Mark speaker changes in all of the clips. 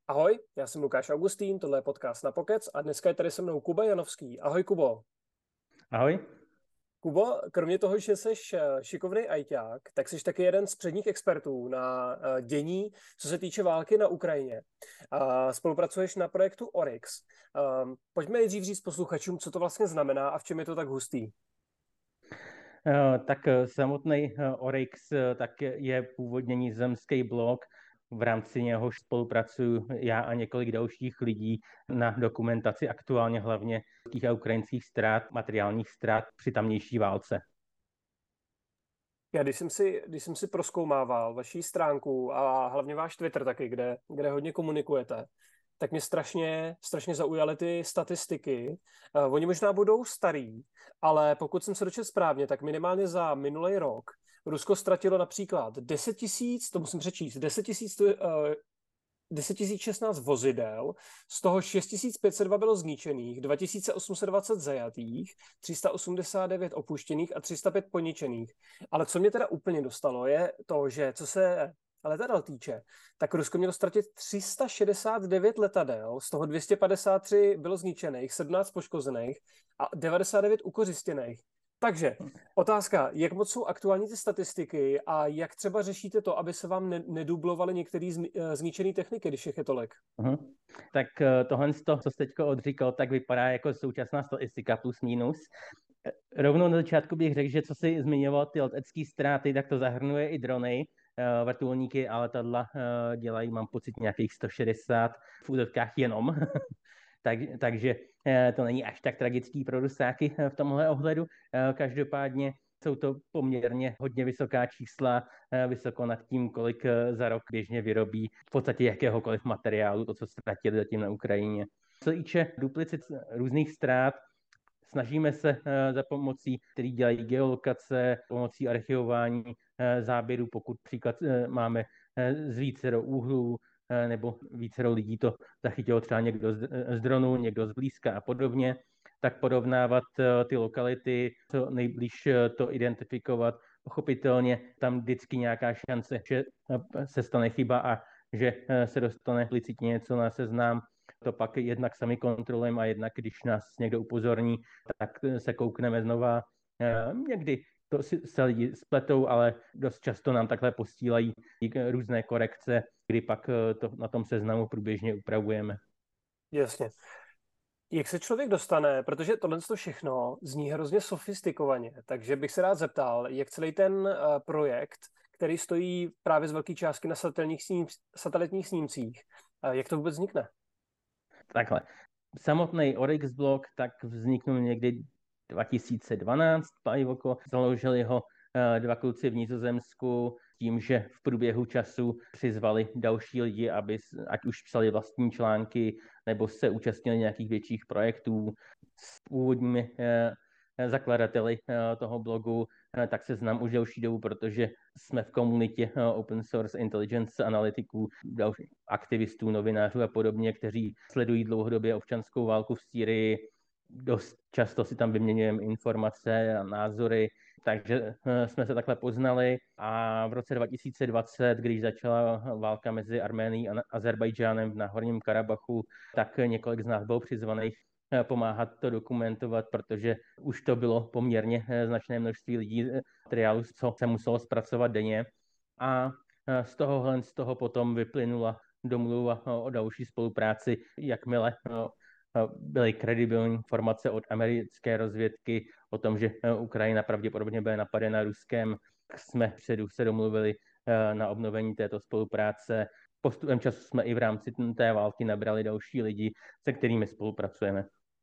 Speaker 1: Ahoj, já jsem Lukáš Augustín, tohle je podcast Na pokec a dneska je tady se mnou Kuba Janovský. Ahoj Kubo.
Speaker 2: Ahoj.
Speaker 1: Kubo, kromě toho, že jsi šikovný ajťák, tak jsi taky jeden z předních expertů na dění, co se týče války na Ukrajině. Spolupracuješ na projektu Oryx. Pojďme nejdřív říct posluchačům, co to vlastně znamená a v čem je to tak hustý.
Speaker 2: Tak samotný Oryx tak je původně nizozemský blog, v rámci něhož spolupracuju já a několik dalších lidí na dokumentaci aktuálně hlavně ruských a ukrajinských ztrát, materiálních ztrát při tamnější válce.
Speaker 1: Já když jsem si prozkoumával vaši stránku a hlavně váš Twitter taky, kde hodně komunikujete, tak mě strašně zaujaly ty statistiky. Oni možná budou starý, ale pokud jsem se dočetl správně, tak minimálně za minulý rok Rusko ztratilo například 10 tisíc, to musím přečíst, 10 016 vozidel, z toho 6 502 bylo zničených, 2 820 zajatých, 389 opuštěných a 305 poničených. Ale co mě teda úplně dostalo, je to, že co se letadel týče, tak Rusko mělo ztratit 369 letadel, z toho 253 bylo zničených, 17 poškozených a 99 ukořistěných. Takže otázka, jak moc jsou aktuální ty statistiky a jak třeba řešíte to, aby se vám nedublovaly některé zničené techniky, když je tolik?
Speaker 2: Tak tohle, co jste teď odříkal, tak vypadá jako současná statistika plus minus. Rovnou na začátku bych řekl, že co si zmiňoval ty letecké ztráty, tak to zahrnuje i drony, vrtulníky a letadla dělají, mám pocit, nějakých 160 v údovkách jenom. Takže to není až tak tragický pro Rusáky v tomhle ohledu. Každopádně jsou to poměrně hodně vysoká čísla, vysoko nad tím, kolik za rok běžně vyrobí v podstatě jakéhokoliv materiálu, to, co ztratili zatím na Ukrajině. Co týče duplicit různých ztrát, snažíme se za pomocí, který dělají geolokace, pomocí archivování záběrů, pokud příklad máme z vícero úhlů, nebo vícero lidí to zachytilo třeba někdo z dronu, někdo z blízka a podobně, tak porovnávat ty lokality, co nejblíž to identifikovat. Pochopitelně tam vždycky nějaká šance, že se stane chyba a že se dostane implicitně něco na seznam. To pak jednak sami kontrolujeme a jednak, když nás někdo upozorní, tak se koukneme znova. Někdy to se lidi spletou, ale dost často nám takhle posílají různé korekce, kdy pak to na tom seznamu průběžně upravujeme.
Speaker 1: Jasně. Jak se člověk dostane, protože tohle všechno zní hrozně sofistikovaně, takže bych se rád zeptal, jak celý ten projekt, který stojí právě z velké částky na satelitních snímcích, jak to vůbec vznikne?
Speaker 2: Takhle. Samotný Oryx blog tak vzniknul někdy 2012, založili ho dva kluci v Nizozemsku tím, že v průběhu času přizvali další lidi, aby ať už psali vlastní články nebo se účastnili nějakých větších projektů s původními zakladateli toho blogu, tak se znám už delší dobu, protože jsme v komunitě open source intelligence analytiků, dalších aktivistů, novinářů a podobně, kteří sledují dlouhodobě občanskou válku v Sýrii. Dost často si tam vyměňujeme informace a názory, takže jsme se takhle poznali a v roce 2020, když začala válka mezi Arménií a Azerbajdžánem v Náhorním Karabachu, tak několik z nás bylo přizvaných pomáhat to dokumentovat, protože už to bylo poměrně značné množství lidí, materiálu, co se muselo zpracovat denně. A z toho potom vyplynula domluva o další spolupráci, jakmile byly kredibilní informace od americké rozvědky o tom, že Ukrajina pravděpodobně bude napadena Ruskem, jsme předu se domluvili na obnovení této spolupráce. Postupem času jsme i v rámci té války nabrali další lidi, se kterými spolupracujeme.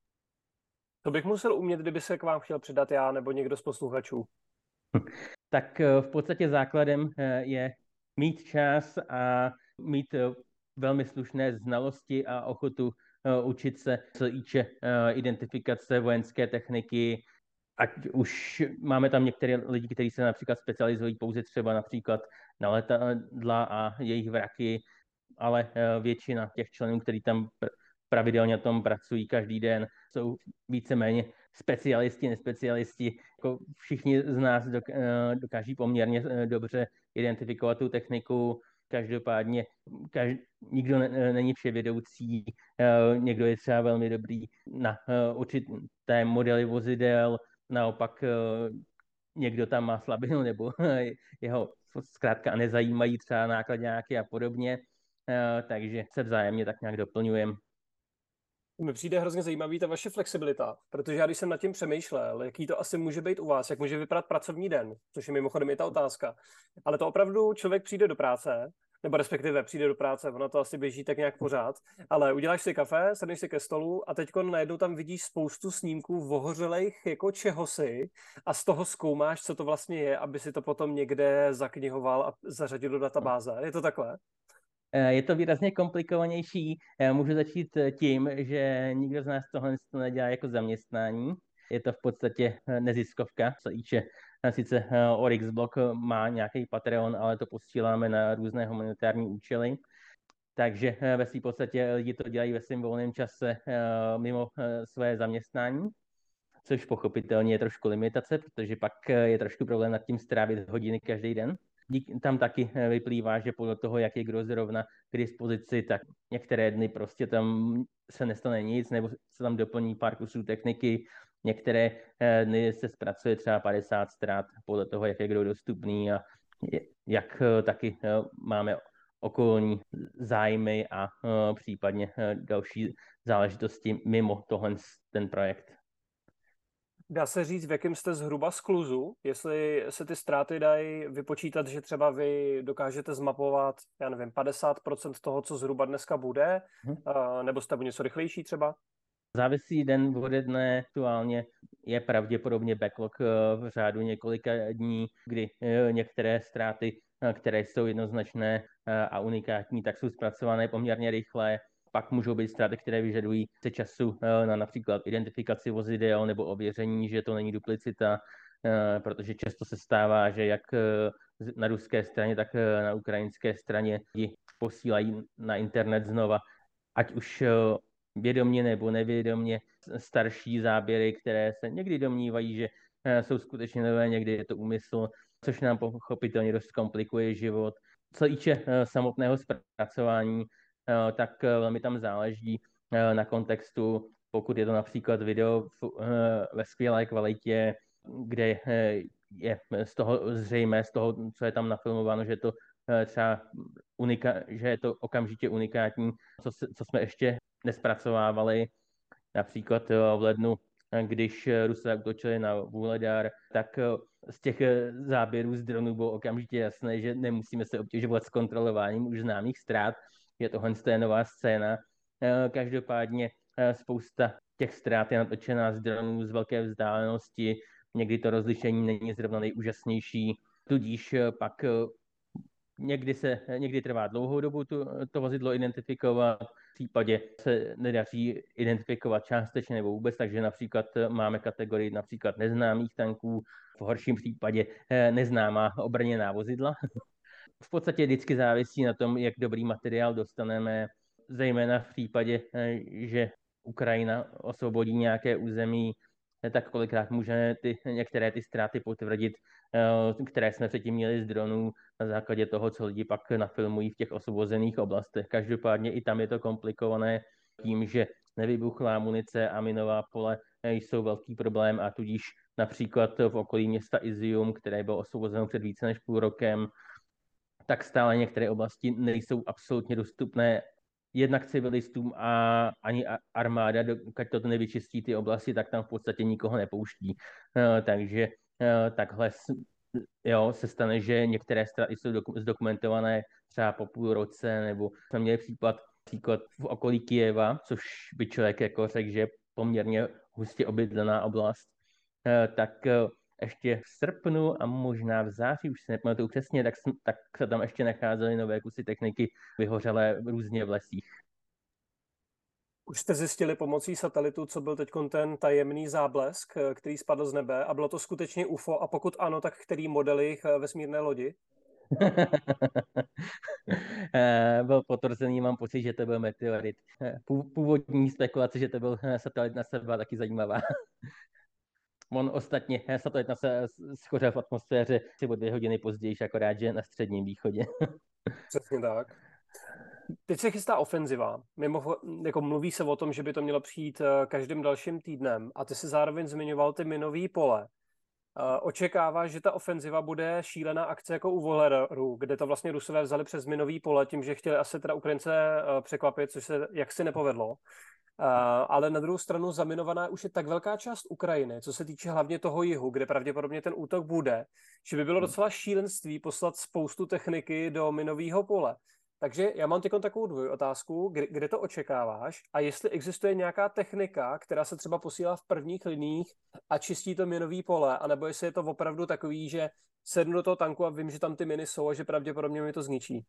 Speaker 1: To bych musel umět, kdyby se k vám chtěl přidat já nebo někdo z posluchačů.
Speaker 2: Tak v podstatě základem je mít čas a mít velmi slušné znalosti a ochotu učit se, co týče identifikace vojenské techniky. Ať už máme tam některé lidi, kteří se například specializují pouze třeba například na letadla a jejich vraky, ale většina těch členů, kteří tam pravidelně na tom pracují každý den, jsou víceméně specialisti, nespecialisti. Jako všichni z nás dokáží poměrně dobře identifikovat tu techniku Každopádně nikdo není vševědoucí, někdo je třeba velmi dobrý na určité modely vozidel, naopak někdo tam má slabinu nebo jeho zkrátka nezajímají třeba nákladňáky a podobně, takže se vzájemně tak nějak doplňujeme.
Speaker 1: Mi přijde hrozně zajímavý ta vaše flexibilita, protože já když jsem nad tím přemýšlel, jaký to asi může být u vás, jak může vypadat pracovní den, což je mimochodem i ta otázka. Ale to opravdu člověk přijde do práce, nebo respektive přijde do práce, ono to asi běží tak nějak pořád, ale uděláš si kafe, sedneš si ke stolu a teďko najednou tam vidíš spoustu snímků vohořelejch jako čehosi a z toho zkoumáš, co to vlastně je, aby si to potom někde zaknihoval a zařadil do databáze. Je to takhle?
Speaker 2: Je to výrazně komplikovanější. Můžu začít tím, že nikdo z nás tohle nedělá jako zaměstnání. Je to v podstatě neziskovka, co týče sice Oryx Block má nějaký Patreon, ale to posíláme na různé humanitární účely. Takže ve své podstatě lidi to dělají ve svém volném čase mimo své zaměstnání, což pochopitelně je trošku limitace, protože pak je trošku problém nad tím strávit hodiny každý den. Tam taky vyplývá, že podle toho, jak je kdo zrovna k dispozici, tak některé dny prostě tam se nestane nic, nebo se tam doplní pár kusů techniky, některé dny se zpracuje třeba 50 ztrát podle toho, jak je kdo dostupný a jak taky máme okolní zájmy a případně další záležitosti mimo tohle ten projekt.
Speaker 1: Dá se říct, v jakém jste zhruba skluzu? Jestli se ty ztráty dají vypočítat, že třeba vy dokážete zmapovat, já nevím, 50% toho, co zhruba dneska bude, nebo jste něco rychlejší třeba?
Speaker 2: Závisí den ode dne, aktuálně je pravděpodobně backlog v řádu několika dní, kdy některé ztráty, které jsou jednoznačné a unikátní, tak jsou zpracované poměrně rychle. Pak můžou být ztráty, které vyžadují se času na například identifikaci vozidel nebo ověření, že to není duplicita, protože často se stává, že jak na ruské straně, tak na ukrajinské straně ji posílají na internet znova, ať už vědomě nebo nevědomě starší záběry, které se někdy domnívají, že jsou skutečně nové, někdy je to úmysl, což nám pochopitelně dost komplikuje život. Co týče samotného zpracování, tak velmi tam záleží na kontextu, pokud je to například video ve skvělé kvalitě, kde je z toho zřejmé, z toho, co je tam nafilmováno, že to třeba že je to okamžitě unikátní, co jsme ještě nespracovávali. Například v lednu, když Rusové útočili na Vuhledar, tak z těch záběrů z dronů bylo okamžitě jasné, že nemusíme se obtěžovat s kontrolováním už známých ztrát. Je tohle nová scéna. Každopádně spousta těch ztrát je natočená z dronů z velké vzdálenosti. Někdy to rozlišení není zrovna nejúžasnější. Tudíž pak někdy trvá dlouhou dobu to vozidlo identifikovat, v případě se nedaří identifikovat částečně nebo vůbec, takže například máme kategorii například neznámých tanků, v horším případě neznámá obrněná vozidla. V podstatě vždycky závisí na tom, jak dobrý materiál dostaneme, zejména v případě, že Ukrajina osvobodí nějaké území, tak kolikrát můžeme některé ty ztráty potvrdit, které jsme předtím měli z dronů na základě toho, co lidi pak nafilmují v těch osvobozených oblastech. Každopádně i tam je to komplikované tím, že nevybuchlá munice a minová pole jsou velký problém a tudíž například v okolí města Izium, které bylo osvobozeno před více než půl rokem, tak stále některé oblasti nejsou absolutně dostupné jednak civilistům a ani armáda, dokud to nevyčistí ty oblasti, tak tam v podstatě nikoho nepouští. Takže takhle se stane, že některé ztráty jsou zdokumentované třeba po půl roce, nebo jsme měli příklad v okolí Kyjeva, což by člověk jako řekl, že je poměrně hustě obydlená oblast, tak ještě v srpnu a možná v září, už si nepamatuju přesně, tak se tam ještě nacházely nové kusy techniky vyhořelé různě v lesích.
Speaker 1: Už jste zjistili pomocí satelitu, co byl teď ten tajemný záblesk, který spadl z nebe a bylo to skutečně UFO a pokud ano, tak který model jejich vesmírné lodi?
Speaker 2: Byl potvrzený, mám pocit, že to byl meteorit. Původní spekulace, že to byl satelit na sebe, taky zajímavá. On ostatně, satelit NASA schořel v atmosféře asi o 2 hodiny později, akorát, že na Středním východě.
Speaker 1: Přesně tak. Teď se chystá ofenziva. Jako mluví se o tom, že by to mělo přijít každým dalším týdnem. A ty si zároveň zmiňoval ty minové pole. Očekává, že ta ofenziva bude šílená akce jako u Voleru, kde to vlastně Rusové vzali přes minový pole tím, že chtěli asi teda Ukrajince překvapit, což se jaksi nepovedlo. Ale na druhou stranu zaminovaná už je tak velká část Ukrajiny, co se týče hlavně toho jihu, kde pravděpodobně ten útok bude, že by bylo docela šílenství poslat spoustu techniky do minového pole. Takže já mám teď takovou dvojotázku, kde to očekáváš a jestli existuje nějaká technika, která se třeba posílá v prvních liních a čistí to minový pole, anebo jestli je to opravdu takový, že sednu do toho tanku a vím, že tam ty miny jsou a že pravděpodobně mi to zničí.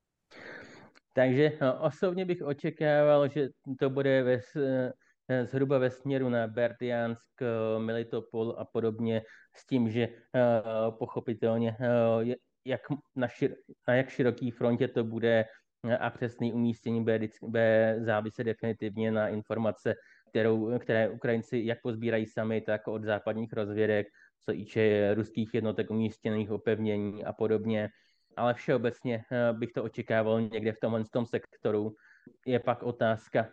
Speaker 2: Takže osobně bych očekával, že to bude zhruba ve směru na Berdiansk, Melitopol a podobně, s tím, že pochopitelně jak na jak široký frontě to bude a přesné umístění bude záviset definitivně na informace, které Ukrajinci jak pozbírají sami, tak od západních rozvědek, co týče ruských jednotek umístěných opevnění a podobně. Ale všeobecně bych to očekával někde v tom sektoru. Je pak otázka,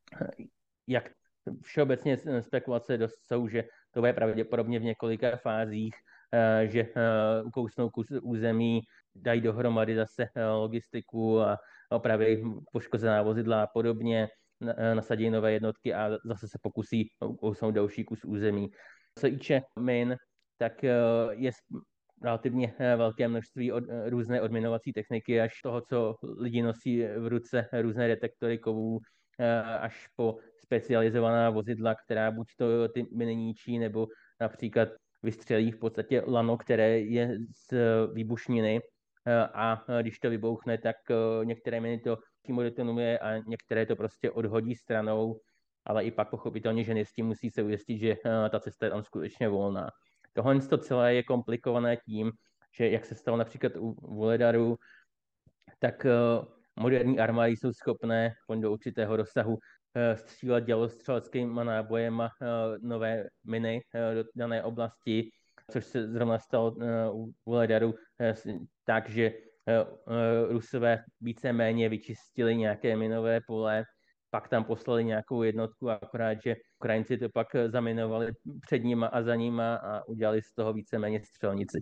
Speaker 2: jak všeobecně spekulace jsou, že to bude pravděpodobně v několika fázích, že ukousnou kus území, dají dohromady zase logistiku a opraví poškozená vozidla a podobně, nasadí nové jednotky a zase se pokusí ukousnout další kus území. Co týče min, tak je relativně velké množství různé odminovací techniky, až toho, co lidi nosí v ruce, různé detektory kovů, až po specializovaná vozidla, která buď to ty miny ničí, nebo například vystřelí v podstatě lano, které je z výbušniny a když to vybouchne, tak některé miny to přímo detonuje a některé to prostě odhodí stranou, ale i pak pochopitelně, že s tím musí se ujistit, že ta cesta je tam skutečně volná. Tohle to celé je komplikované tím, že jak se stalo například u Vuledaru, tak moderní armády jsou schopné do určitého rozsahu střílet dělostřeleckými nábojema nové miny do dané oblasti, což se zrovna stalo u Vuledaru, takže Rusové víceméně vyčistili nějaké minové pole, pak tam poslali nějakou jednotku, akorát, že Ukrajinci to pak zaminovali před nima a za nima a udělali z toho víceméně střelnici.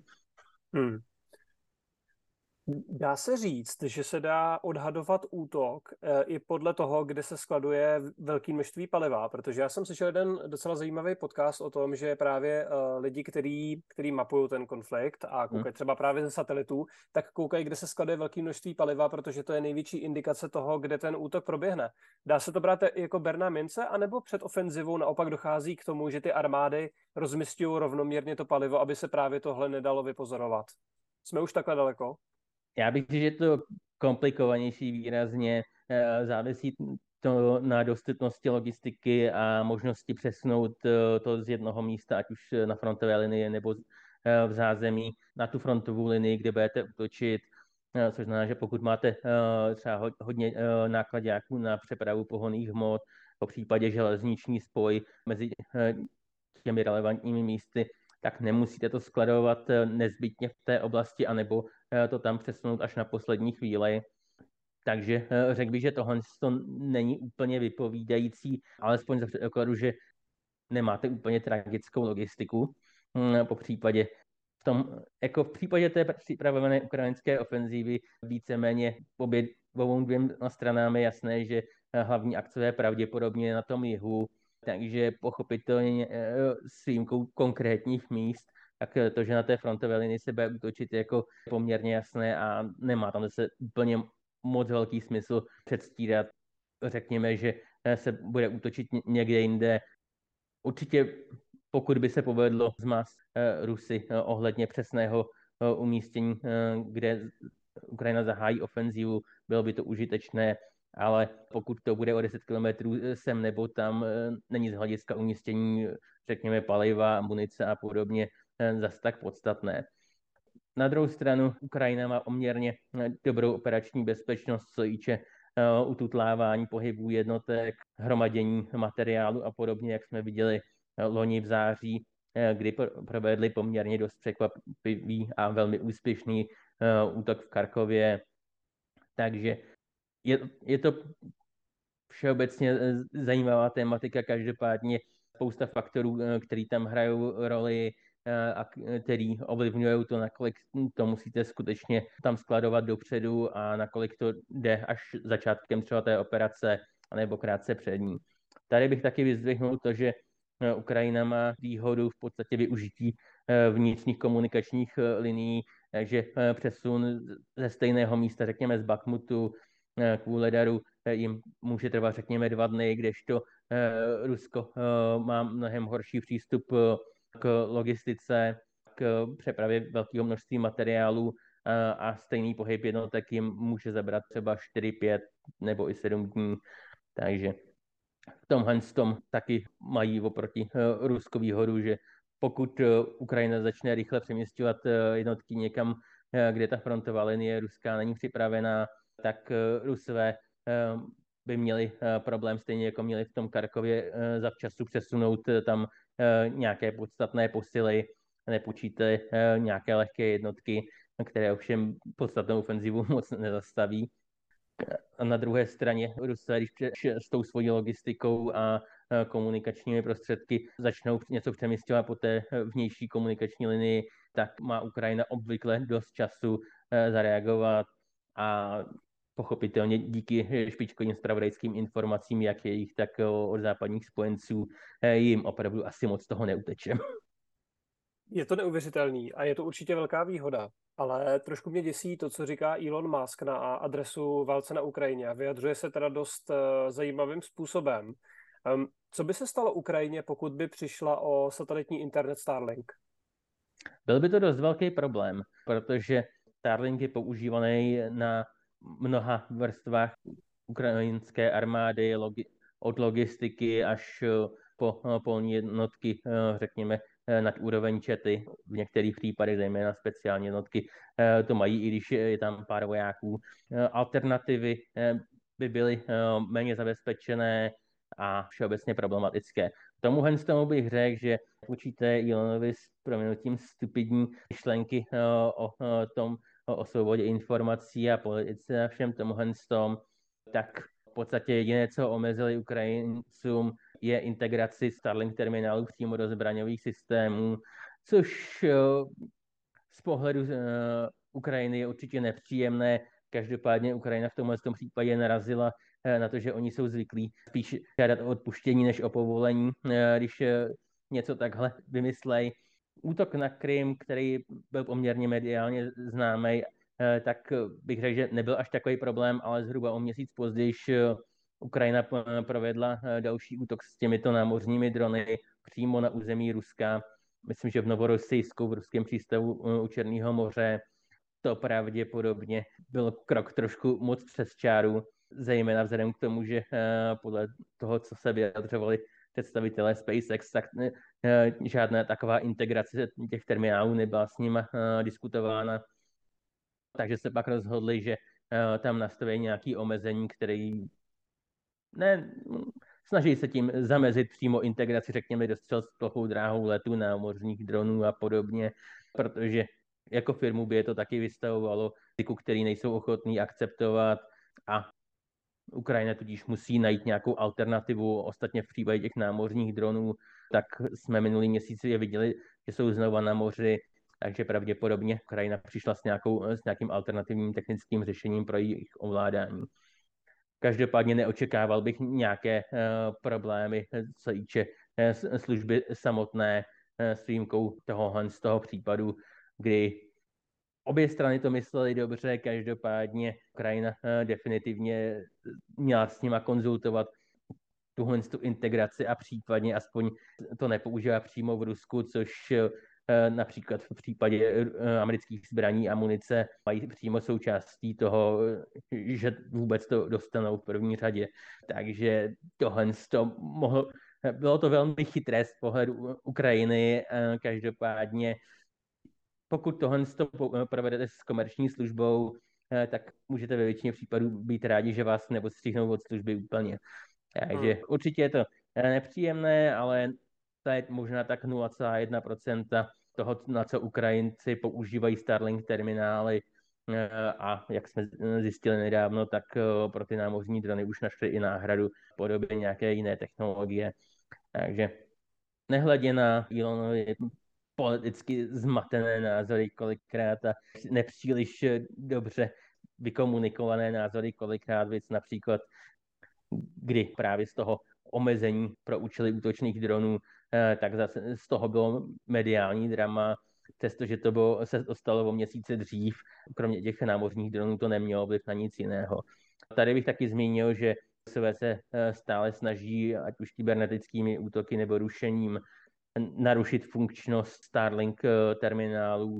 Speaker 1: Dá se říct, že se dá odhadovat útok i podle toho, kde se skladuje velké množství paliva, protože já jsem slyšel jeden docela zajímavý podcast o tom, že právě lidi, který mapují ten konflikt a koukají třeba právě ze satelitů, tak koukají, kde se skladuje velké množství paliva, protože to je největší indikace toho, kde ten útok proběhne. Dá se to brát jako berná mince, anebo před ofenzivou naopak dochází k tomu, že ty armády rozmisťují rovnoměrně to palivo, aby se právě tohle nedalo vypozorovat? Jsme už takhle daleko?
Speaker 2: Já bych řekl, že to komplikovanější výrazně, závisí to na dostupnosti logistiky a možnosti přesunout to z jednoho místa, ať už na frontové linii nebo v zázemí na tu frontovou linii, kde budete útočit, což znamená, že pokud máte třeba hodně nákladáků na přepravu pohonných hmot, po případě železniční spoj mezi těmi relevantními místy, tak nemusíte to skladovat nezbytně v té oblasti, anebo to tam přesunout až na poslední chvíli. Takže řekl bych, že tohle to není úplně vypovídající, alespoň za předpokladu, že nemáte úplně tragickou logistiku. Po případě v případě té připravené ukrajinské ofenzívy víceméně obou dvěma stranám je jasné, že hlavní akce je pravděpodobně na tom jihu, takže pochopitelně s výjimkou konkrétních míst, tak to, že na té frontové linii se bude útočit, je jako poměrně jasné a nemá tam zase úplně moc velký smysl předstírat. Řekněme, že se bude útočit někde jinde. Určitě, pokud by se povedlo zmást Rusy ohledně přesného umístění, kde Ukrajina zahájí ofenzívu, bylo by to užitečné, ale pokud to bude o 10 kilometrů sem nebo tam, není z hlediska umístění, řekněme, paliva, munice a podobně zas tak podstatné. Na druhou stranu Ukrajina má poměrně dobrou operační bezpečnost, co týče ututlávání pohybů jednotek, hromadění materiálu a podobně, jak jsme viděli loni v září, kdy provedli poměrně dost překvapivý a velmi úspěšný útok v Charkově. Takže je to všeobecně zajímavá tématika, každopádně spousta faktorů, který tam hrajou roli a který ovlivňují to, nakolik to musíte skutečně tam skladovat dopředu a nakolik to jde až začátkem třeba té operace, anebo krátce před ní. Tady bych taky vyzdvihnul to, že Ukrajina má výhodu v podstatě využití vnitřních komunikačních linií, takže přesun ze stejného místa, řekněme z Bakhmutu k Vuhledaru, jim může trvat, řekněme, 2 dny, kdežto Rusko má mnohem horší přístup k logistice, k přepravě velkého množství materiálů a stejný pohyb jednotek jim může zabrat třeba 4, 5 nebo i 7 dní. Takže v tomhle tom taky mají oproti Rusku výhodu, že pokud Ukrajina začne rychle přeměstňovat jednotky někam, kde ta frontová linie ruská není připravená, tak Rusové by měli problém stejně jako měli v tom Charkově zavčasu přesunout tam nějaké podstatné posily, nepočítaje nějaké lehké jednotky, které ovšem podstatnou ofenzivu moc nezastaví. A na druhé straně Rusové, když s tou svojí logistikou a komunikačními prostředky začnou něco přemysťovat po té vnější komunikační linii, tak má Ukrajina obvykle dost času zareagovat a pochopitelně díky špičkovým zpravodajským informacím, jak jejich, tak od západních spojenců, jim opravdu asi moc toho neuteče.
Speaker 1: Je to neuvěřitelný a je to určitě velká výhoda, ale trošku mě děsí to, co říká Elon Musk na adresu válce na Ukrajině a vyjadřuje se teda dost zajímavým způsobem. Co by se stalo Ukrajině, pokud by přišla o satelitní internet Starlink?
Speaker 2: Byl by to dost velký problém, protože Starlink je používaný na mnoha vrstvách ukrajinské armády, od logistiky až po polní jednotky, řekněme, nad úroveň čety. V některých případech, zejména speciální jednotky, to mají, i když je tam pár vojáků. Alternativy by byly méně zabezpečené a všeobecně problematické. Tomuhle z tomu bych řekl, že učíte Elonovi s prominutím stupidní myšlenky o svobodě informací a politice a všem tomuhle z tom, tak v podstatě jediné, co omezili Ukrajincům, je integraci Starlink terminálů přímo do zbraňových systémů, což z pohledu Ukrajiny je určitě nepříjemné. Každopádně Ukrajina v tomhle případě narazila na to, že oni jsou zvyklí spíš žádat o odpuštění než o povolení, když něco takhle vymyslej. Útok na Krym, který byl poměrně mediálně známý, tak bych řekl, že nebyl až takový problém, ale zhruba o měsíc později Ukrajina provedla další útok s těmito námořními drony přímo na území Ruska. Myslím, že v Novorossijsku, v ruském přístavu u Černého moře. To pravděpodobně byl krok trošku moc přes čáru, zejména vzhledem k tomu, že podle toho, co se vyjadřovali představitelé SpaceX, tak žádná taková integrace těch terminálů nebyla s nimi diskutována. Takže se pak rozhodli, že tam nastaví nějaké omezení, které snaží se tím zamezit přímo integraci, řekněme, do střel s plochou dráhou letu námořních dronů a podobně, protože jako firmu by je to taky vystavovalo riziku, který nejsou ochotní akceptovat a Ukrajina tudíž musí najít nějakou alternativu. Ostatně v případě těch námořních dronů, tak jsme minulý měsíc je viděli, že jsou znova na moři, takže pravděpodobně Ukrajina přišla s nějakým alternativním technickým řešením pro jejich ovládání. Každopádně neočekával bych nějaké problémy, co týče služby samotné, s výjimkou z toho případu, kdy obě strany to myslely dobře, každopádně Ukrajina definitivně měla s nima konzultovat tu integraci a případně aspoň to nepoužívá přímo v Rusku, což například v případě amerických zbraní a munice mají přímo součástí toho, že vůbec to dostanou v první řadě. Takže bylo to velmi chytré z pohledu Ukrajiny, každopádně pokud tohle provedete s komerční službou, tak můžete ve většině případů být rádi, že vás neodstřihnou od služby úplně. Takže určitě je to nepříjemné, ale to je možná tak 0,1% toho, na co Ukrajinci používají Starlink terminály. A jak jsme zjistili nedávno, tak pro ty námořní drony už našli i náhradu v podobě nějaké jiné technologie. Takže nehledě na Elonovy politicky zmatené názory kolikrát a nepříliš dobře vykomunikované názory kolikrát, věc například, kdy právě z toho omezení pro účely útočných dronů, tak zase z toho bylo mediální drama, přestože se dostalo o měsíce dřív, kromě těch námořních dronů to nemělo vliv na nic jiného. Tady bych taky zmínil, že se stále snaží, ať už kybernetickými útoky nebo rušením, narušit funkčnost Starlink terminálů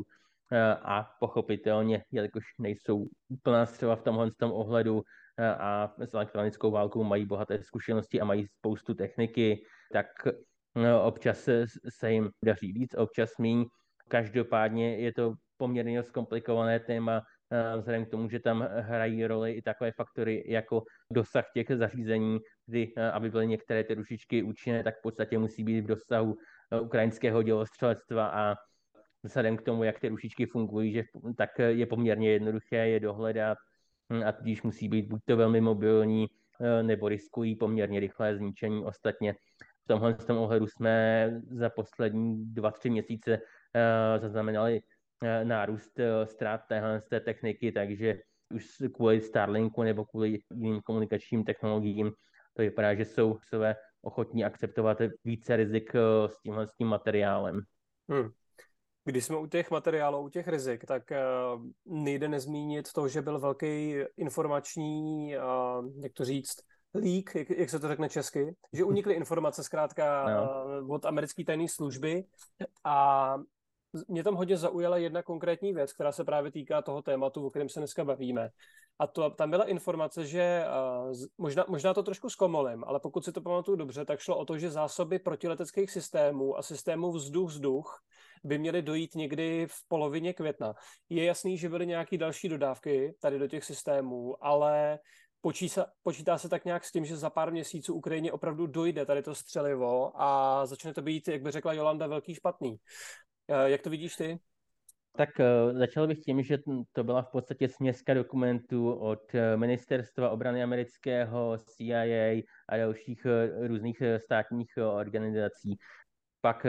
Speaker 2: a pochopitelně, jelikož nejsou úplná střela v tomhle ohledu a s elektronickou válkou mají bohaté zkušenosti a mají spoustu techniky, tak občas se jim daří víc, občas míň. Každopádně je to poměrně zkomplikované téma, vzhledem k tomu, že tam hrají roli i takové faktory jako dosah těch zařízení, kdy, aby byly některé ty rušičky účinné, tak v podstatě musí být v dosahu ukrajinského dělostřelectva a vzhledem k tomu, jak ty rušičky fungují, že tak je poměrně jednoduché je dohledat a tudíž musí být buď to velmi mobilní, nebo riskují poměrně rychlé zničení. Ostatně v tomhle ohledu jsme za poslední 2-3 měsíce zaznamenali nárůst ztrát z té techniky, takže už kvůli Starlinku nebo kvůli jiným komunikačním technologiím to vypadá, že jsou své ochotní akceptovat více rizik s tím materiálem.
Speaker 1: Když jsme u těch materiálů, u těch rizik, tak nejde nezmínit to, že byl velký informační, jak to říct, leak, jak se to řekne česky, že unikly informace zkrátka od americké tajné služby a mě tam hodně zaujala jedna konkrétní věc, která se právě týká toho tématu, o kterém se dneska bavíme. A tam byla informace, že možná to trošku zkomolím, ale pokud si to pamatuju dobře, tak šlo o to, že zásoby protileteckých systémů a systémů vzduch-vzduch by měly dojít někdy v polovině května. Je jasný, že byly nějaké další dodávky tady do těch systémů, ale počítá se tak nějak s tím, že za pár měsíců Ukrajině opravdu dojde tady to střelivo a začne to být, jak by řekla Jolanda, velký špatný. Jak to vidíš ty?
Speaker 2: Tak začal bych tím, že to byla v podstatě směska dokumentů od Ministerstva obrany amerického, CIA a dalších různých státních organizací. Pak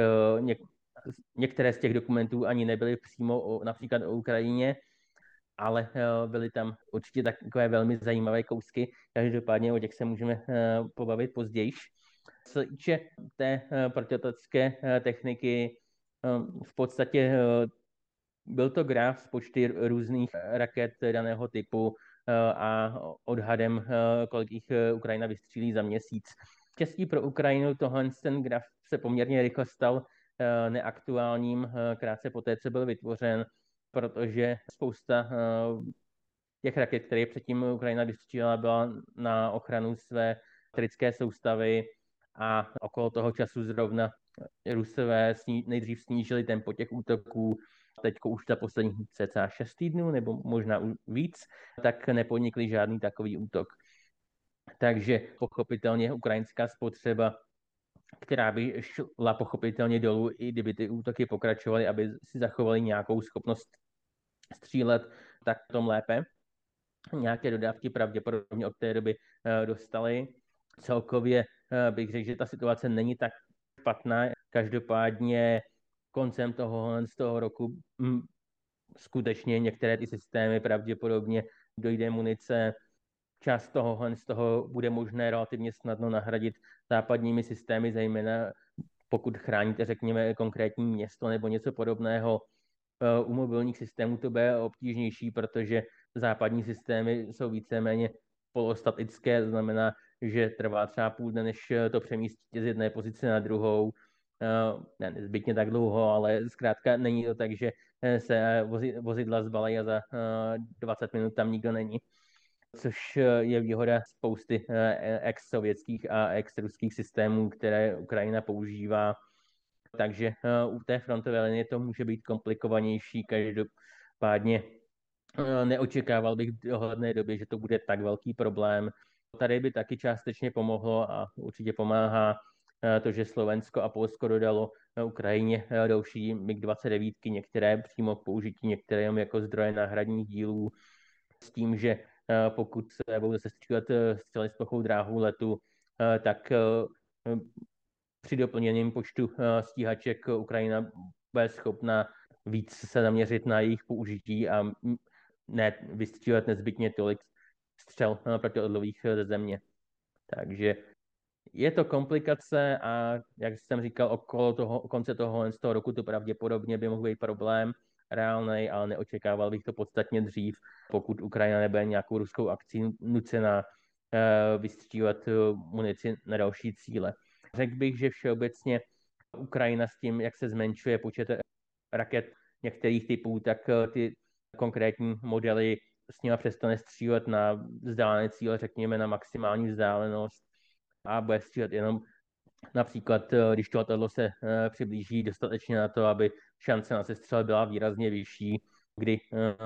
Speaker 2: některé z těch dokumentů ani nebyly přímo například o Ukrajině, ale byly tam určitě takové velmi zajímavé kousky. Každopádně o těch se můžeme pobavit později. Co se týče té protiletecké techniky, v podstatě byl to graf s počty různých raket daného typu a odhadem, kolik jich Ukrajina vystřílí za měsíc. Štěstí pro Ukrajinu ten graf se poměrně rychle stal neaktuálním krátce poté, co byl vytvořen, protože spousta těch raket, které předtím Ukrajina vystřílela, byla na ochranu své elektrické soustavy a okolo toho času zrovna Rusové nejdřív snížili tempo těch útoků, teď už za posledních cca 6 týdnů, nebo možná víc, tak nepodnikli žádný takový útok. Takže pochopitelně ukrajinská spotřeba, která by šla pochopitelně dolů, i kdyby ty útoky pokračovaly, aby si zachovali nějakou schopnost střílet, tak tom lépe. Nějaké dodávky pravděpodobně od té doby dostali. Celkově bych řekl, že ta situace není tak špatná. Každopádně koncem z toho roku skutečně některé ty systémy pravděpodobně dojde munice. Část z toho bude možné relativně snadno nahradit západními systémy, zejména pokud chráníte, řekněme, konkrétní město nebo něco podobného. U mobilních systémů to bude obtížnější, protože západní systémy jsou víceméně polostatické, to znamená, že trvá třeba půl dne, než to přemístíte z jedné pozice na druhou. Ne nezbytně tak dlouho, ale zkrátka není to tak, že se vozidla zbalají a za 20 minut tam nikdo není. Což je výhoda spousty ex-sovětských a ex-ruských systémů, které Ukrajina používá. Takže u té frontové linie to může být komplikovanější. Každopádně neočekával bych v dohledné době, že to bude tak velký problém. Tady by taky částečně pomohlo a určitě pomáhá to, že Slovensko a Polsko dodalo Ukrajině další MiG-29, některé přímo k použití, některé jenom jako zdroje náhradních dílů, s tím, že pokud se budou zase střílet střely s plochou dráhou letu, tak při doplněném počtu stíhaček Ukrajina bude schopna víc se zaměřit na jejich použití a ne vystřílet nezbytně tolik střel protiodlových ze země. Takže je to komplikace a jak jsem říkal, okolo konce toho z toho roku to pravděpodobně by mohl být problém reálnej, ale neočekával bych to podstatně dřív, pokud Ukrajina nebude nějakou ruskou akcí nucená vystřílet munici na další cíle. Řekl bych, že všeobecně Ukrajina s tím, jak se zmenšuje počet raket některých typů, tak ty konkrétní modely s nimi přestane střílet na vzdálené cíle, řekněme na maximální vzdálenost a bude střílet jenom například, když to letadlo se přiblíží dostatečně na to, aby šance na sestřel byla výrazně vyšší, kdy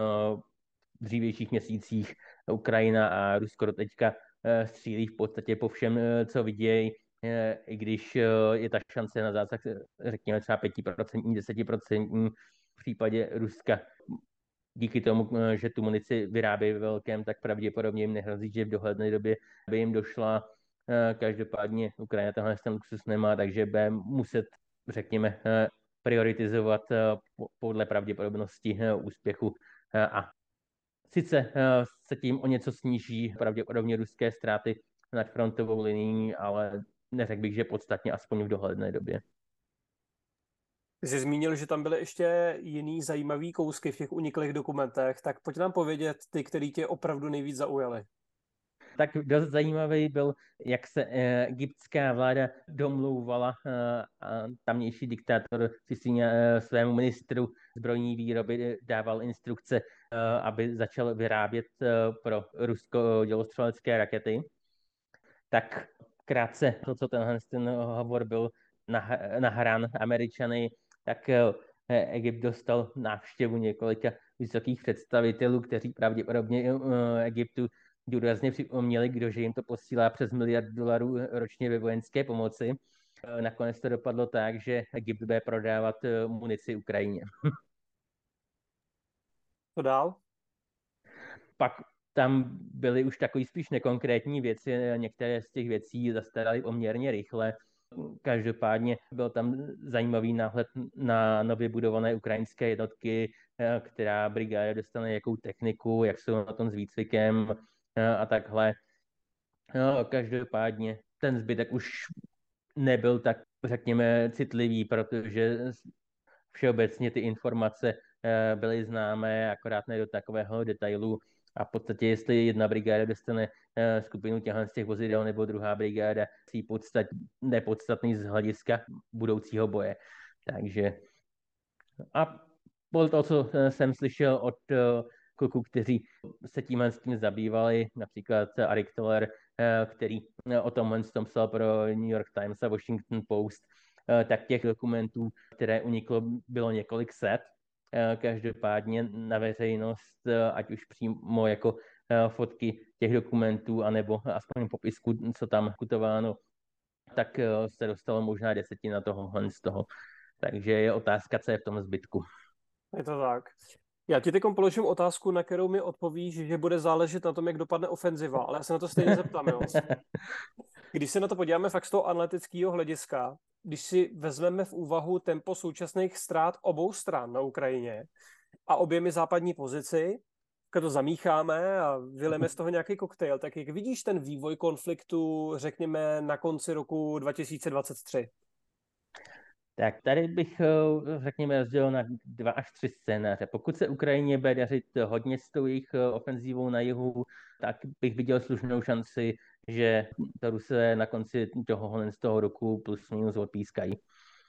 Speaker 2: v dřívějších měsících Ukrajina a Rusko do teďka střílí v podstatě po všem, co vidějí, i když je ta šance na zásah, řekněme třeba 5%, 10%, v případě Ruska díky tomu, že tu munici vyrábějí ve velkém, tak pravděpodobně jim nehrozí, že v dohledné době by jim došla. Každopádně Ukrajina tenhle ten luxus nemá, takže bude muset, řekněme, prioritizovat podle pravděpodobnosti úspěchu a sice se tím o něco sníží pravděpodobně ruské ztráty nad frontovou linií, ale neřekl bych, že podstatně, aspoň v dohledné době.
Speaker 1: Ty jsi zmínil, že tam byly ještě jiný zajímavý kousky v těch uniklých dokumentech, tak pojď nám povědět ty, který tě opravdu nejvíc zaujaly.
Speaker 2: Tak dost zajímavý byl, jak se egyptská vláda domlouvala a tamnější diktátor Sisi svému ministru zbrojní výroby dával instrukce, aby začal vyrábět pro Rusko dělostřelecké rakety. Tak krátce to, co ten hovor byl nahrán Američany, tak Egypt dostal návštěvu několika vysokých představitelů, kteří pravděpodobně Egyptu důrazně připomněli, kdože jim to posílá přes $1 miliard ročně ve vojenské pomoci. Nakonec to dopadlo tak, že Egypt bude prodávat munici Ukrajině.
Speaker 1: Co dál?
Speaker 2: Pak tam byly už takový spíš nekonkrétní věci, některé z těch věcí zastaraly poměrně rychle. Každopádně byl tam zajímavý náhled na nově budované ukrajinské jednotky, která brigáda dostane jakou techniku, jak jsou na tom s výcvikem a takhle. No, každopádně ten zbytek už nebyl tak, řekněme, citlivý, protože všeobecně ty informace byly známé, akorát ne do takového detailu. A v podstatě, jestli jedna brigáda dostane skupinu z těch vozidel nebo druhá brigáda, je nepodstatný z hlediska budoucího boje. Takže a bylo to, co jsem slyšel od kluků, kteří se s tím zabývali, například Arik Toller, který o tomhle psal pro New York Times a Washington Post, tak těch dokumentů, které uniklo, bylo několik set. Každopádně na veřejnost, ať už přímo jako fotky těch dokumentů, anebo aspoň popisku, co tam kutováno, tak se dostalo možná 10 tohohle z toho. Takže je otázka, co je v tom zbytku.
Speaker 1: Je to tak. Já ti teď položím otázku, na kterou mi odpovíš, že bude záležet na tom, jak dopadne ofenziva, ale já se na to stejně zeptám, jo. Když se na to podíváme fakt z toho analytického hlediska, když si vezmeme v úvahu tempo současných ztrát obou stran na Ukrajině a oběmi západní pozici, když to zamícháme a vyleme z toho nějaký koktejl, tak jak vidíš ten vývoj konfliktu, řekněme, na konci roku 2023?
Speaker 2: Tak tady bych, řekněme, rozdělil na 2 až 3 scénáře. Pokud se Ukrajině bude dařit hodně s tou jejich ofenzívou na jihu, tak bych viděl slušnou šanci, že to Rusové na konci z toho roku plus minus odpískají.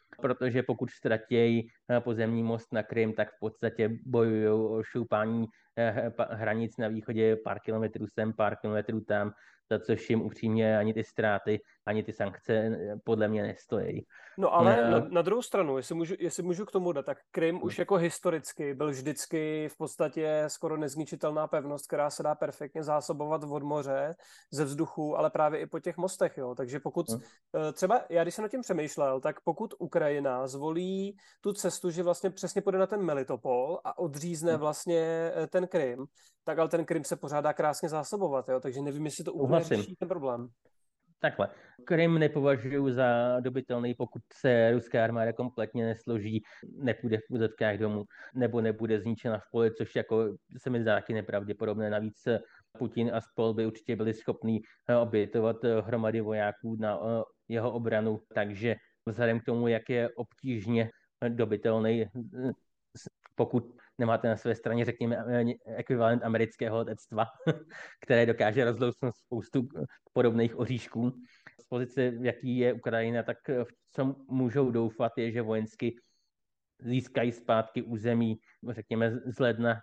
Speaker 2: Protože pokud ztratějí pozemní most na Krym, tak v podstatě bojují o šoupání hranic na východě, pár kilometrů sem, pár kilometrů tam, za což jim upřímně ani ty ztráty, ani ty sankce podle mě nestojí.
Speaker 1: No ale na druhou stranu, jestli můžu k tomu dát, tak Krym už jako historicky byl vždycky v podstatě skoro nezničitelná pevnost, která se dá perfektně zásobovat od moře, ze vzduchu, ale právě i po těch mostech, jo. Takže pokud třeba, já když jsem nad tím přemýšlel, tak pokud Ukrajina zvolí tu cestu, že vlastně přesně půjde na ten Melitopol a odřízne vlastně ten Krym, tak ale ten Krym se pořád dá krásně zásobovat, jo. Takže nevím, jestli to úplně řeší ten problém.
Speaker 2: Takhle. Krym nepovažuji za dobytelný, pokud se ruská armáda kompletně nesloží, nepůjde v úzovkách domů, nebo nebude zničena v poli, což jako se mi zdá taky nepravděpodobné. Navíc Putin a spol by určitě byli schopní obětovat hromady vojáků na jeho obranu, takže vzhledem k tomu, jak je obtížně dobytelný, pokud nemáte na své straně, řekněme, ekvivalent amerického letectva, které dokáže rozlousnout spoustu podobných oříšků. Z pozice, v jaký je Ukrajina, tak v co můžou doufat, je, že vojensky získají zpátky území, řekněme, z ledna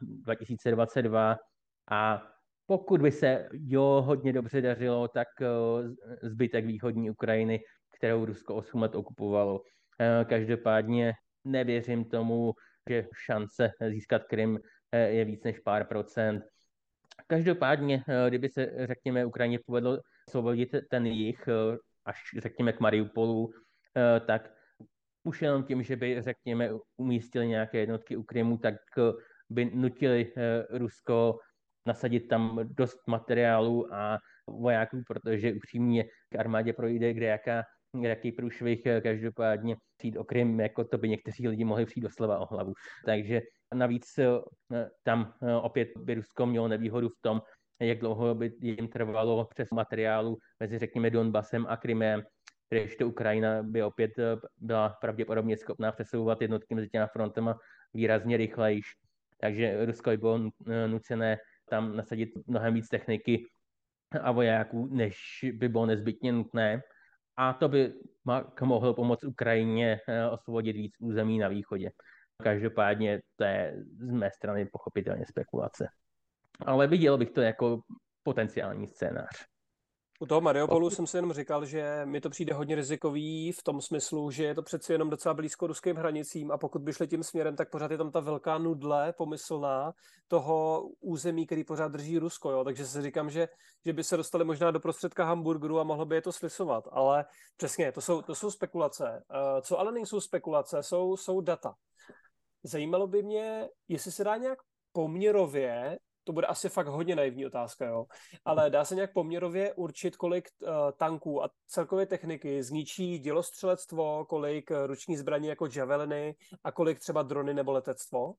Speaker 2: 2022 a pokud by se hodně dobře dařilo, tak zbytek východní Ukrajiny, kterou Rusko 8 let okupovalo. Každopádně nevěřím tomu, že šance získat Krym je víc než pár procent. Každopádně, kdyby se, řekněme, Ukrajině povedlo osvobodit ten jih až, řekněme, k Mariupolu, tak už jenom tím, že by, řekněme, umístili nějaké jednotky u Krymu, tak by nutili Rusko nasadit tam dost materiálu a vojáků, protože upřímně k armádě projde jaký průšvih, každopádně přijít o Krym, jako to by někteří lidi mohli přijít doslova o hlavu. Takže navíc tam opět by Rusko mělo nevýhodu v tom, jak dlouho by jim trvalo přes materiálu mezi, řekněme, Donbasem a Krymem, kdežto Ukrajina by opět byla pravděpodobně schopná přesouvat jednotky mezi těma frontama výrazně rychlejš. Takže Rusko by bylo nucené tam nasadit mnohem víc techniky a vojáků, než by bylo nezbytně nutné. A to by mohlo pomoct Ukrajině osvobodit víc území na východě. Každopádně to je z mé strany pochopitelně spekulace. Ale viděl bych to jako potenciální scénář.
Speaker 1: U toho Mariupolu jsem si jenom říkal, že mi to přijde hodně rizikový v tom smyslu, že je to přeci jenom docela blízko ruským hranicím a pokud by šli tím směrem, tak pořád je tam ta velká nudle pomyslná toho území, který pořád drží Rusko. Jo? Takže si říkám, že by se dostali možná do prostředka hamburgeru a mohlo by je to slisovat. Ale přesně, to jsou spekulace. Co ale nejsou spekulace, jsou data. Zajímalo by mě, jestli se dá nějak poměrově, to bude asi fakt hodně naivní otázka, jo, ale dá se nějak poměrově určit, kolik tanků a celkově techniky zničí dělostřelectvo, kolik ruční zbraní jako javeliny a kolik třeba drony nebo letectvo?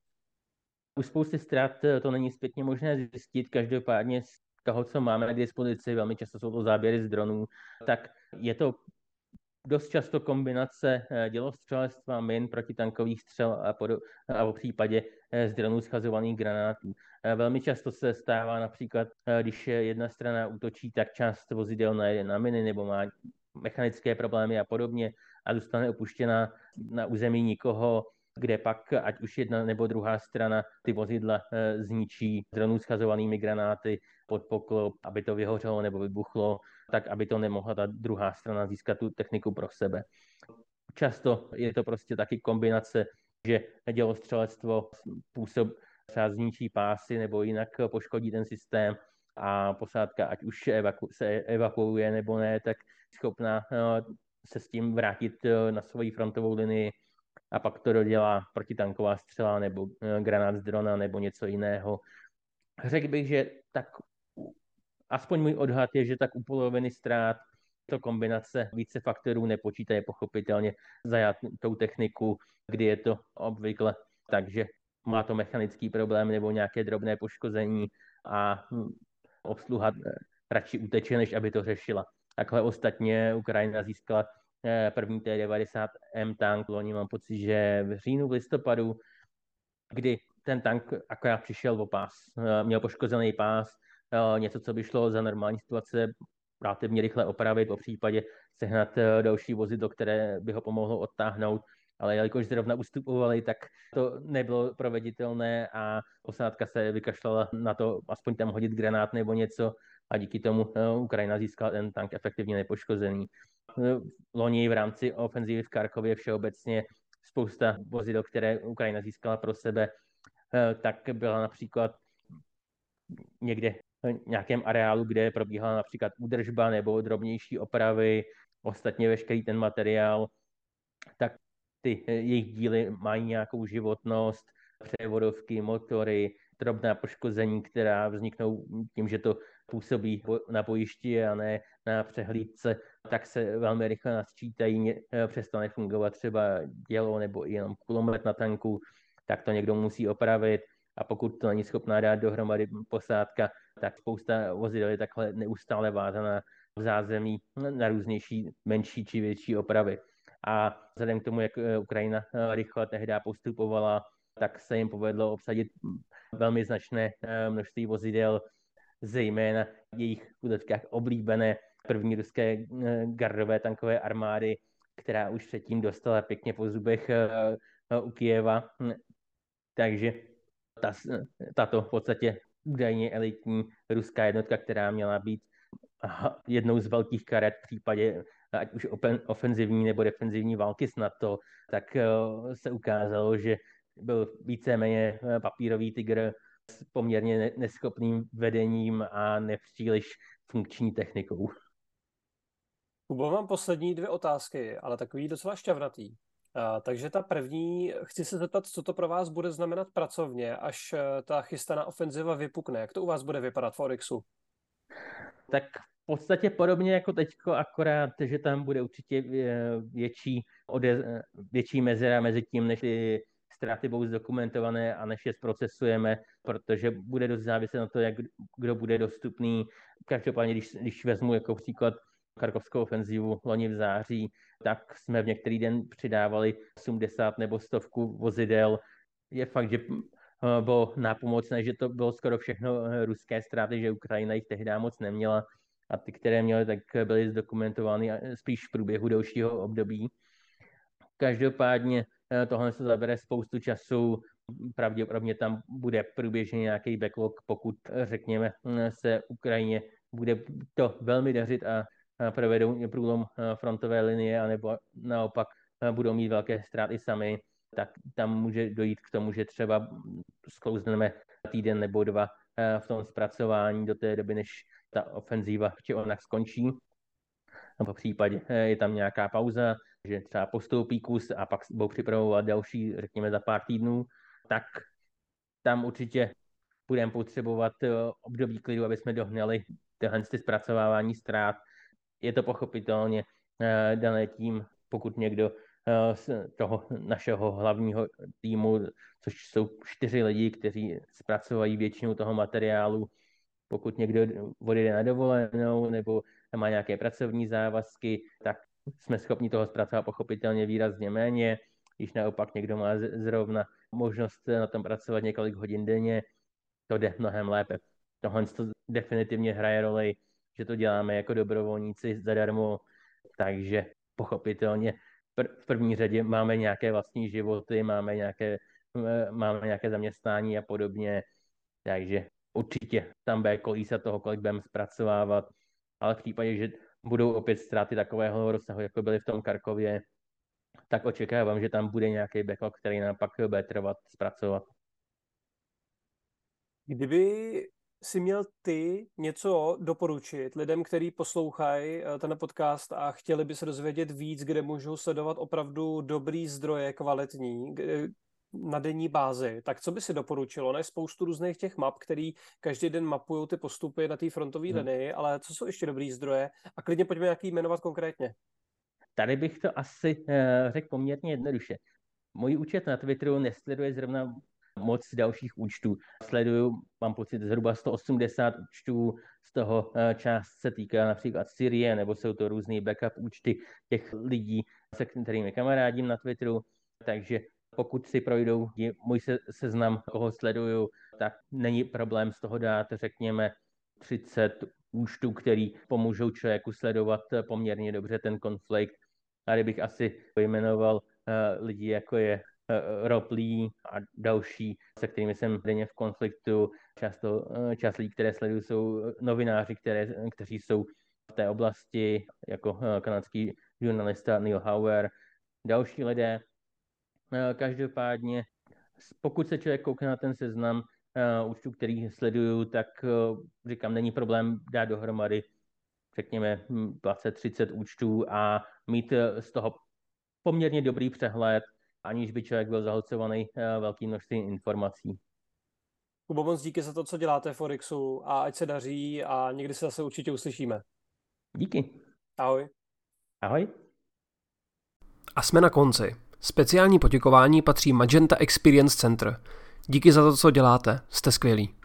Speaker 2: U spousty ztrát to není zpětně možné zjistit, každopádně z toho, co máme k dispozici, velmi často jsou to záběry z dronů, tak je to dost často kombinace dělostřelectva, min, protitankových střel a v případě z dronů schazovaných granátů. Velmi často se stává například, když jedna strana útočí, tak část vozidel najede na miny nebo má mechanické problémy a podobně a zůstane opuštěna na území nikoho, kde pak ať už jedna nebo druhá strana ty vozidla zničí dronů schazovanými granáty pod poklop, aby to vyhořelo nebo vybuchlo, tak aby to nemohla ta druhá strana získat tu techniku pro sebe. Často je to prostě taky kombinace, že dělostřelectvo třeba zničí pásy nebo jinak poškodí ten systém a posádka, ať už se evakuuje nebo ne, tak schopná se s tím vrátit na svoji frontovou linii a pak to dodělá protitanková střela nebo granát z drona nebo něco jiného. Řekl bych, že tak aspoň můj odhad je, že tak u poloviny ztrát to kombinace více faktorů nepočítaje pochopitelně zajatou techniku, kdy je to obvykle, takže má to mechanický problém nebo nějaké drobné poškození a obsluha radši uteče, než aby to řešila. Takhle ostatně Ukrajina získala první T-90M tank, loni mám pocit, že v říjnu, v listopadu, kdy ten tank akorát přišel o pás, měl poškozený pás, něco, co by šlo za normální situace relativně rychle opravit, po případě sehnat další vozidlo, které by ho pomohlo odtáhnout, ale jelikož zrovna ustupovali, tak to nebylo proveditelné a posádka se vykašlala na to aspoň tam hodit granát nebo něco a díky tomu Ukrajina získala ten tank efektivně nepoškozený. Loni v rámci ofenzívy v Karkově všeobecně spousta vozidel, které Ukrajina získala pro sebe, tak byla například někde v nějakém areálu, kde probíhala například údržba nebo drobnější opravy, ostatně veškerý ten materiál, tak ty jejich díly mají nějakou životnost, převodovky, motory, drobná poškození, která vzniknou tím, že to působí na bojišti a ne na přehlídce, tak se velmi rychle nasčítají, přestane fungovat třeba dělo nebo i jenom kulomet na tanku, tak to někdo musí opravit a pokud to není schopná dát dohromady posádka, tak spousta vozidel je takhle neustále vázaná v zázemí na různější menší či větší opravy. A vzhledem k tomu, jak Ukrajina rychle tehdy postupovala, tak se jim povedlo obsadit velmi značné množství vozidel, zejména jejich v úzovkách oblíbené první ruské gardové tankové armády, která už předtím dostala pěkně po zubech u Kyjeva. Takže tato v podstatě údajně elitní ruská jednotka, která měla být jednou z velkých karet v případě ať už ofenzivní nebo defenzivní války s NATO, tak se ukázalo, že byl víceméně papírový tygr s poměrně neschopným vedením a nepříliš funkční technikou.
Speaker 1: Kubo, mám poslední 2 otázky, ale takový docela šťavnatý. Takže ta první, chci se zeptat, co to pro vás bude znamenat pracovně, až ta chystaná ofenziva vypukne. Jak to u vás bude vypadat v Oryxu?
Speaker 2: Tak v podstatě podobně jako teďko, akorát, že tam bude určitě větší mezera mezi tím, než ty ztráty budou zdokumentované a než je zprocesujeme, protože bude dost záviset na to, jak kdo bude dostupný. Každopádně, když vezmu jako příklad Charkovskou ofenzivu loni v září, tak jsme v některý den přidávali 80 nebo 100 vozidel. Je fakt, že bylo nápomocné, že to bylo skoro všechno ruské ztráty, že Ukrajina jich tehdy moc neměla a ty, které měly, tak byly zdokumentovány spíš v průběhu delšího období. Každopádně tohle se zabere spoustu času, pravděpodobně tam bude průběžně nějaký backlog, pokud řekněme se Ukrajině bude to velmi dařit a provedou průlom frontové linie, anebo naopak budou mít velké ztráty sami, tak tam může dojít k tomu, že třeba sklouzneme týden nebo 2 v tom zpracování do té doby, než ta ofenzíva či onak skončí. V případě je tam nějaká pauza, že třeba postoupí kus a pak budou připravovat další, řekněme za pár týdnů, tak tam určitě budeme potřebovat období klidu, aby jsme dohnali tyhle zpracovávání ztrát. Je to pochopitelně dané tím, pokud někdo z toho našeho hlavního týmu, což jsou 4 lidi, kteří zpracovají většinu toho materiálu, pokud někdo odjede na dovolenou nebo má nějaké pracovní závazky, tak jsme schopni toho zpracovat pochopitelně výrazně méně. Když naopak někdo má zrovna možnost na tom pracovat několik hodin denně, to jde mnohem lépe. Tohle to definitivně hraje roli, že to děláme jako dobrovolníci zadarmo, takže pochopitelně v první řadě máme nějaké vlastní životy, máme nějaké zaměstnání a podobně, takže určitě tam bude kolísat toho, kolik budeme zpracovávat, ale v případě, že budou opět ztráty takového rozsahu, jako byly v tom Karkově, tak očekávám, že tam bude nějaký backlog, který nám pak bude trvat zpracovat.
Speaker 1: Kdyby si měl ty něco doporučit lidem, kteří poslouchají ten podcast a chtěli by se dozvědět víc, kde můžou sledovat opravdu dobrý zdroje, kvalitní, na denní bázi, tak co by si doporučilo? Ne spoustu různých těch map, který každý den mapují ty postupy na té frontové linii, ale co jsou ještě dobrý zdroje? A klidně pojďme nějaký jmenovat konkrétně.
Speaker 2: Tady bych to asi řekl poměrně jednoduše. Můj účet na Twitteru nesleduje zrovna moc dalších účtů. Sleduju, mám pocit, zhruba 180 účtů, z toho část se týká například Syrie, nebo jsou to různý backup účty těch lidí, se kterými kamarádím na Twitteru. Takže pokud si projdou můj seznam, koho sleduju, tak není problém z toho dát, řekněme, 30 účtů, který pomůžou člověku sledovat poměrně dobře ten konflikt. Tady bych asi pojmenoval lidí, jako je Rob Lee a další, se kterými jsem denně v konfliktu. Část lidí, které sledují, jsou novináři, kteří jsou v té oblasti, jako kanadský žurnalista Neil Hauer, další lidé. Každopádně, pokud se člověk koukne na ten seznam účtů, který sleduju, tak říkám, není problém dát dohromady, řekněme, 20-30 účtů a mít z toho poměrně dobrý přehled, aniž by člověk byl zahlcovaný velkým množstvím informací.
Speaker 1: Kubo, moc díky za to, co děláte v Forexu a ať se daří a někdy se zase určitě uslyšíme.
Speaker 2: Díky.
Speaker 1: Ahoj.
Speaker 2: Ahoj.
Speaker 1: A jsme na konci. Speciální poděkování patří Magenta Experience Center. Díky za to, co děláte. Jste skvělí.